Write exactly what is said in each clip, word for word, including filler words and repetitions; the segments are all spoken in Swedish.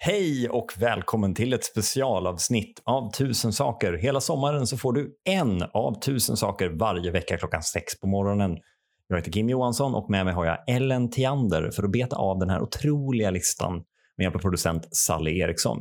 Hej och välkommen till ett specialavsnitt av Tusen saker. Hela sommaren så får du en av tusen saker varje vecka klockan sex på morgonen. Jag heter Kim Johansson och med mig har jag Ellen Theander för att beta av den här otroliga listan med hjälp av producent Sally Eriksson.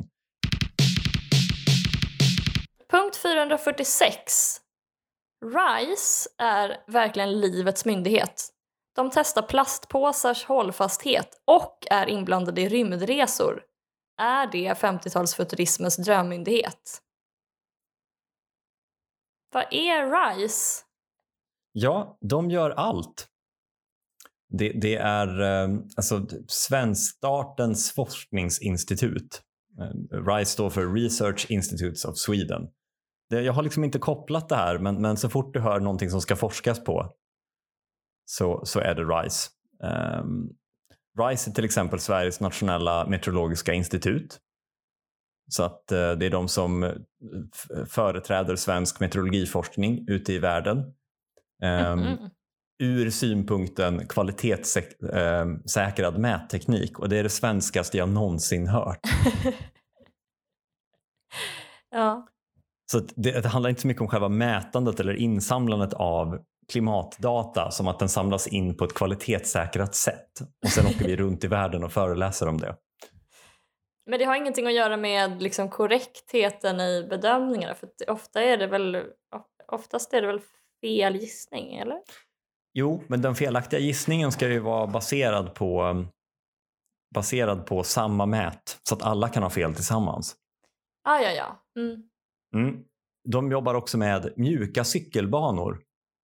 Punkt fyrahundrafyrtiosex. RISE är verkligen livets myndighet. De testar plastpåsars hållfasthet och är inblandade i rymdresor. Är det femtiotalsfuturismens drömmyndighet? Vad är RISE? Ja, de gör allt. Det, det är eh, alltså Svenskstatens forskningsinstitut. Eh, RISE står för Research Institutes of Sweden. Det, jag har liksom inte kopplat det här, men, men så fort du hör någonting som ska forskas på så, så är det RISE. Um, RISE är till exempel Sveriges nationella meteorologiska institut. Så att uh, det är de som f- företräder svensk meteorologiforskning ute i världen. Um, mm-hmm. Ur synpunkten kvalitetssäkrad uh, mätteknik. Och det är det svenskaste jag någonsin hört. Ja. Så det, det handlar inte så mycket om själva mätandet eller insamlandet av klimatdata som att den samlas in på ett kvalitetssäkrat sätt. Och sen åker vi runt i världen och föreläser om det. Men det har ingenting att göra med liksom korrektheten i bedömningarna. För ofta är det väl, oftast är det väl fel gissning, eller? Jo, men den felaktiga gissningen ska ju vara baserad på, baserad på samma mät. Så att alla kan ha fel tillsammans. Ah, ja, ja. Mm. Mm. De jobbar också med mjuka cykelbanor.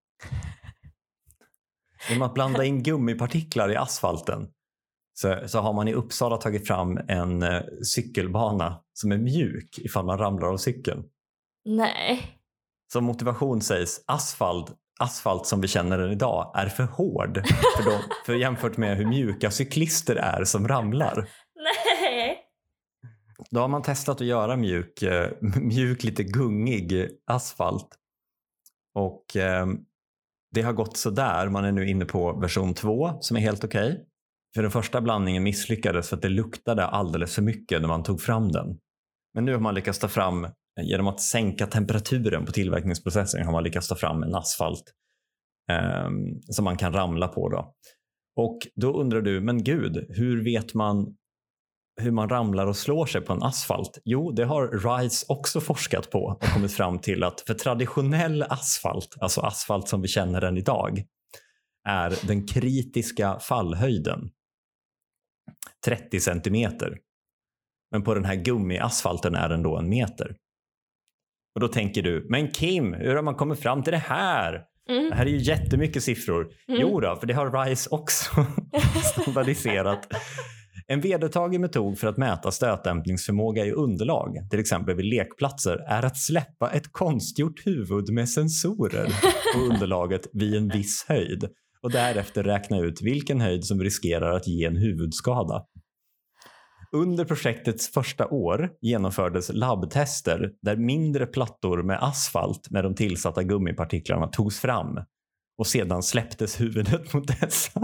Genom att blanda in gummipartiklar i asfalten så, så har man i Uppsala tagit fram en uh, cykelbana som är mjuk ifall man ramlar av cykeln. Nej. Som motivation sägs asfalt, asfalt som vi känner den idag är för hård för, dem, för jämfört med hur mjuka cyklister är som ramlar. Nej. Då har man testat att göra mjuk, uh, mjuk lite gungig asfalt och uh, det har gått så där. Man är nu inne på version två som är helt okej. Okay. För den första blandningen misslyckades för att det luktade alldeles för mycket när man tog fram den. Men nu har man lyckats ta fram, genom att sänka temperaturen på tillverkningsprocessen har man lyckats ta fram en asfalt eh, som man kan ramla på då. Och då undrar du, men gud, hur vet man hur man ramlar och slår sig på en asfalt? Jo, det har RISE också forskat på och kommit fram till att för traditionell asfalt, alltså asfalt som vi känner den idag, är den kritiska fallhöjden trettio centimeter. Men på den här gummiasfalten är den då en meter. Och då tänker du, men Kim, hur har man kommit fram till det här? Mm. Det här är ju jättemycket siffror. Mm. Jo då, för det har RISE också standardiserat. En vedertagen metod för att mäta stötdämpningsförmåga i underlag, till exempel vid lekplatser, är att släppa ett konstgjort huvud med sensorer på underlaget vid en viss höjd och därefter räkna ut vilken höjd som riskerar att ge en huvudskada. Under projektets första år genomfördes labbtester där mindre plattor med asfalt med de tillsatta gummipartiklarna togs fram och sedan släpptes huvudet mot dessa.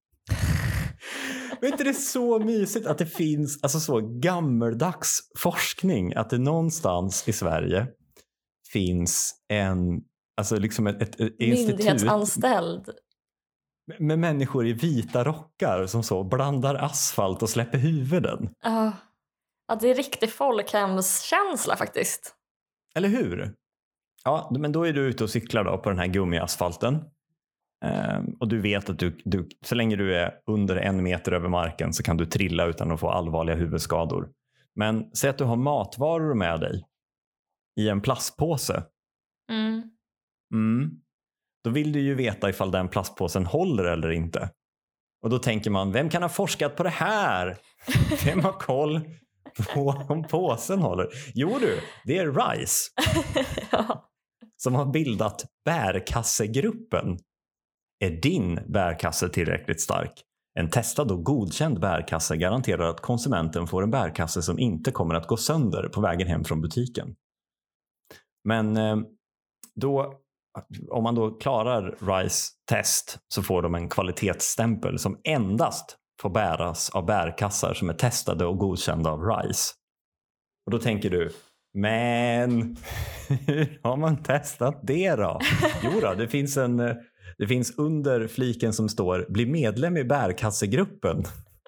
Men inte det är så mysigt att det finns alltså så gammeldags forskning att det någonstans i Sverige finns en alltså liksom ett, ett, ett myndighetsanställd med, med människor i vita rockar som så blandar asfalt och släpper huvuden. Uh, ja, det är riktig folkhemskänsla faktiskt. Eller hur? Ja, men då är du ute och cyklar då på den här gummiasfalten. Um, och du vet att du, du, så länge du är under en meter över marken så kan du trilla utan att få allvarliga huvudskador. Men säg att du har matvaror med dig i en plastpåse. Mm. Mm. Då vill du ju veta ifall den plastpåsen håller eller inte. Och då tänker man, vem kan ha forskat på det här? Vem har koll på om påsen håller? Jo du, det är RISE. Ja. Som har bildat bärkassegruppen. Är din bärkasse tillräckligt stark? En testad och godkänd bärkasse garanterar att konsumenten får en bärkasse som inte kommer att gå sönder på vägen hem från butiken. Men då, om man då klarar RISE-test så får de en kvalitetsstämpel som endast får bäras av bärkassar som är testade och godkända av RISE. Och då tänker du, men hur har man testat det då? Jo då, det finns, en, det finns under fliken som står bli medlem i bärkassegruppen.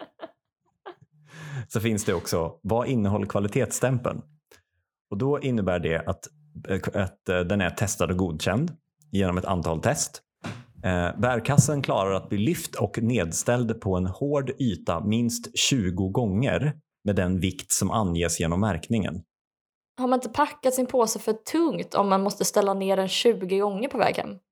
Så finns det också, vad innehåller kvalitetsstämpeln? Och då innebär det att, att den är testad och godkänd genom ett antal test. Eh, bärkassen klarar att bli lyft och nedställd på en hård yta minst tjugo gånger med den vikt som anges genom märkningen. Har man inte packat sin påse för tungt om man måste ställa ner den tjugo gånger på väg hem?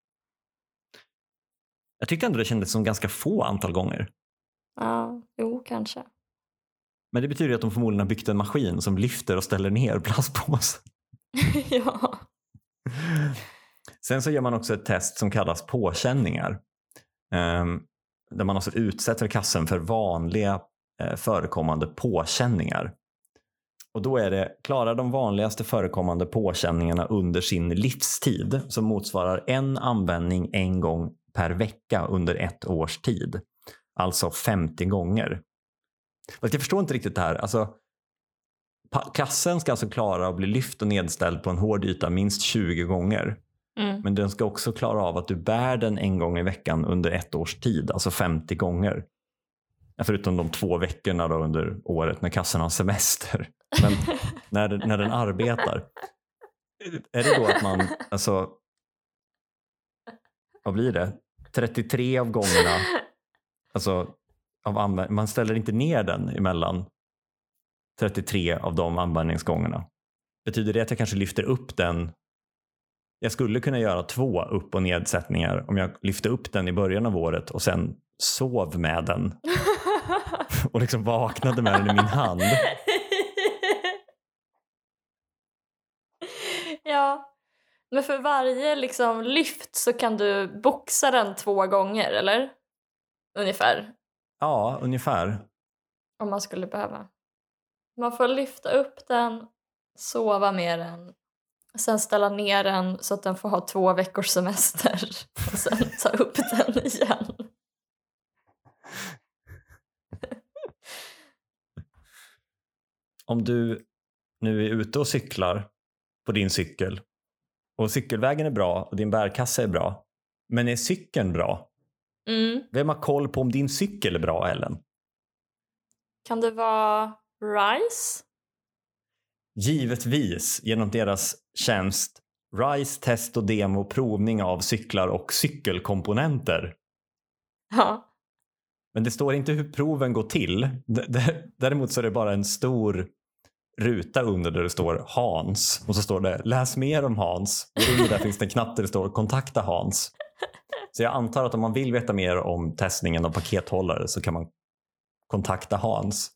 Jag tyckte ändå det kändes som ganska få antal gånger. Ja, jo, kanske. Men det betyder att de förmodligen har byggt en maskin som lyfter och ställer ner plastpåsen. Ja. Sen så gör man också ett test som kallas påkänningar. Eh, där man alltså utsätter kassen för vanliga eh, förekommande påkänningar. Och då är det, klarar de vanligaste förekommande påkänningarna under sin livstid som motsvarar en användning en gång per vecka under ett års tid. Alltså femtio gånger. Fast jag förstår inte riktigt det här. Alltså, kassen ska alltså klara att bli lyft och nedställd på en hård yta minst tjugo gånger. Mm. Men den ska också klara av att du bär den en gång i veckan under ett års tid. Alltså femtio gånger. Förutom de två veckorna då under året när kassan har semester. Men när, när den arbetar. Är det då att man, alltså, vad blir det? trettiotre av gångerna, alltså, av använd- man ställer inte ner den emellan trettiotre av de användningsgångerna. Betyder det att jag kanske lyfter upp den? Jag skulle kunna göra två upp- och nedsättningar om jag lyfter upp den i början av året och sen sov med den. Och liksom vaknade med den i min hand. Ja, men för varje liksom lyft så kan du boxa den två gånger, eller? Ungefär. Ja, ungefär. Om man skulle behöva. Man får lyfta upp den, sova med den, sen ställa ner den så att den får ha två veckors semester och sen ta upp den igen. Om du nu är ute och cyklar på din cykel och cykelvägen är bra och din bärkasse är bra, men är cykeln bra? Mm. Vem har koll på om din cykel är bra, Ellen? Kan det vara RISE? Givetvis genom deras tjänst RISE test och demo provning av cyklar och cykelkomponenter. Ja. Men det står inte hur proven går till. Däremot så är det bara en stor ruta under där det står Hans. Och så står det läs mer om Hans. Och under där finns det en knapp där det står kontakta Hans. Så jag antar att om man vill veta mer om testningen av pakethållare så kan man kontakta Hans.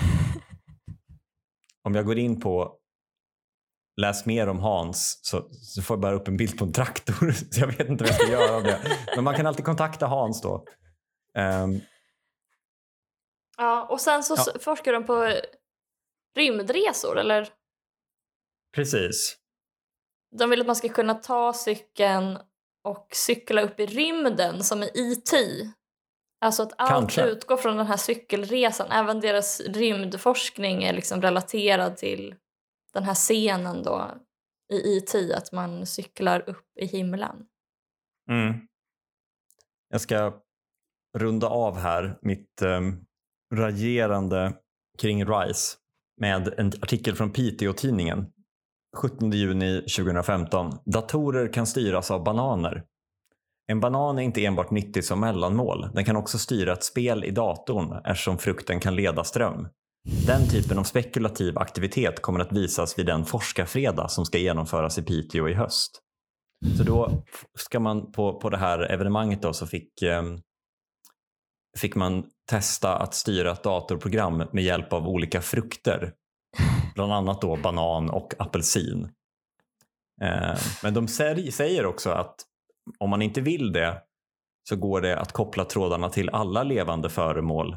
Om jag går in på läs mer om Hans så, så får jag bara upp en bild på en traktor. Så jag vet inte vad jag ska göra av det. Men man kan alltid kontakta Hans då. Um, Ja, och sen så ja. forskar de på rymdresor, eller? Precis. De vill att man ska kunna ta cykeln och cykla upp i rymden som i E T Alltså att allt Kanske. utgår från den här cykelresan. Även deras rymdforskning är liksom relaterad till den här scenen då i E T Att man cyklar upp i himlen. Mm. Jag ska runda av här mitt um, ragerande kring RISE med en artikel från Piteå-tidningen sjuttonde juni tjugohundrafemton. Datorer kan styras av bananer. En banan är inte enbart nyttig som mellanmål. Den kan också styra ett spel i datorn eftersom frukten kan leda ström. Den typen av spekulativ aktivitet kommer att visas vid den forskarfredag som ska genomföras i Piteå i höst. Så då ska man på, på det här evenemanget då så fick, eh, fick man testa att styra ett datorprogram med hjälp av olika frukter. Bland annat då banan och apelsin. Eh, men de säger också att om man inte vill det så går det att koppla trådarna till alla levande föremål.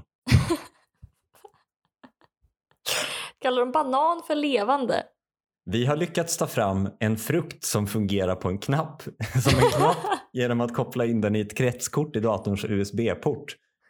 Kallar de banan för levande? Vi har lyckats ta fram en frukt som fungerar på en knapp. Som en knapp genom att koppla in den i ett kretskort i datorns U S B-port.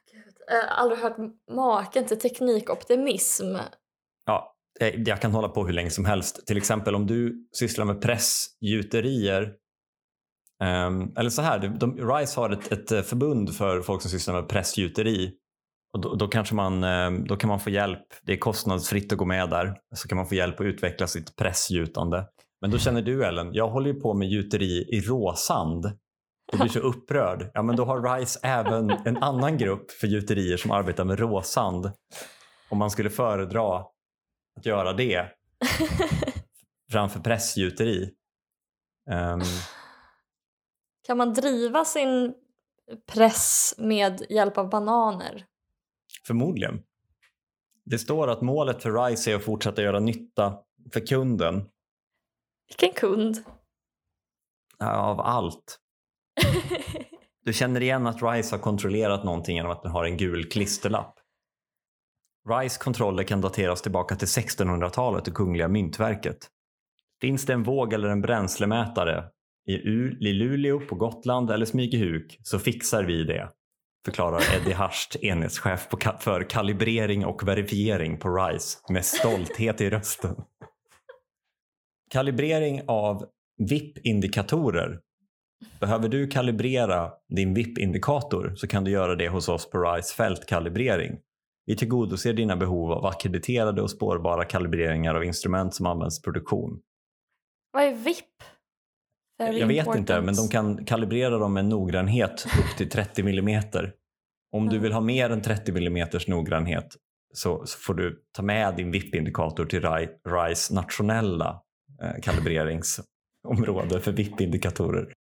Jag har aldrig hört maken till teknikoptimism. Ja, jag kan hålla på hur länge som helst. Till exempel om du sysslar med pressgjuterier. Um, eller så här, de, RISE har ett, ett förbund för folk som sysslar med pressgjuteri. Och då, då, kanske man, då kan man få hjälp. Det är kostnadsfritt att gå med där. Så kan man få hjälp att utveckla sitt pressgjutande. Men då känner du, Ellen, jag håller ju på med gjuteri i råsand. Du blir så upprörd. Ja, men då har RISE även en annan grupp för gjuterier som arbetar med råsand. Om man skulle föredra att göra det framför pressgjuteri. Um, kan man driva sin press med hjälp av bananer? Förmodligen. Det står att målet för RISE är att fortsätta göra nytta för kunden. Vilken kund? Ja, av allt. Du känner igen att RISE har kontrollerat någonting genom att den har en gul klisterlapp. RISE-kontroller kan dateras tillbaka till sextonhundratalet och Kungliga Myntverket. Finns det en våg eller en bränslemätare i, U- i Luleå, på Gotland eller Smygehuk, så fixar vi det, förklarar Eddie Harst, enhetschef på ka- för kalibrering och verifiering på RISE, med stolthet i rösten. Kalibrering av V I P-indikatorer. Behöver du kalibrera din V I P-indikator så kan du göra det hos oss på RISE fältkalibrering. Vi tillgodoser dina behov av akkrediterade och spårbara kalibreringar av instrument som används i produktion. Vad är V I P? Very Jag vet important. inte, men de kan kalibrera dem med noggrannhet upp till trettio millimeter. Om du vill ha mer än trettio millimeters noggrannhet så, så får du ta med din V I P-indikator till RISE nationella eh, kalibreringsområde för V I P-indikatorer.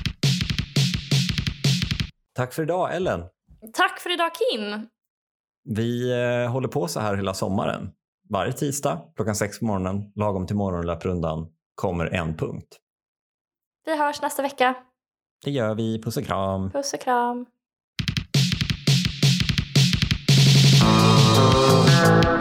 Tack för idag, Ellen. Tack för idag, Kim. Vi eh, håller på så här hela sommaren. Varje tisdag klockan sex på morgonen, lagom till morgonlöprundan, kommer en punkt. Vi hörs nästa vecka. Det gör vi. Puss och kram. Puss och kram.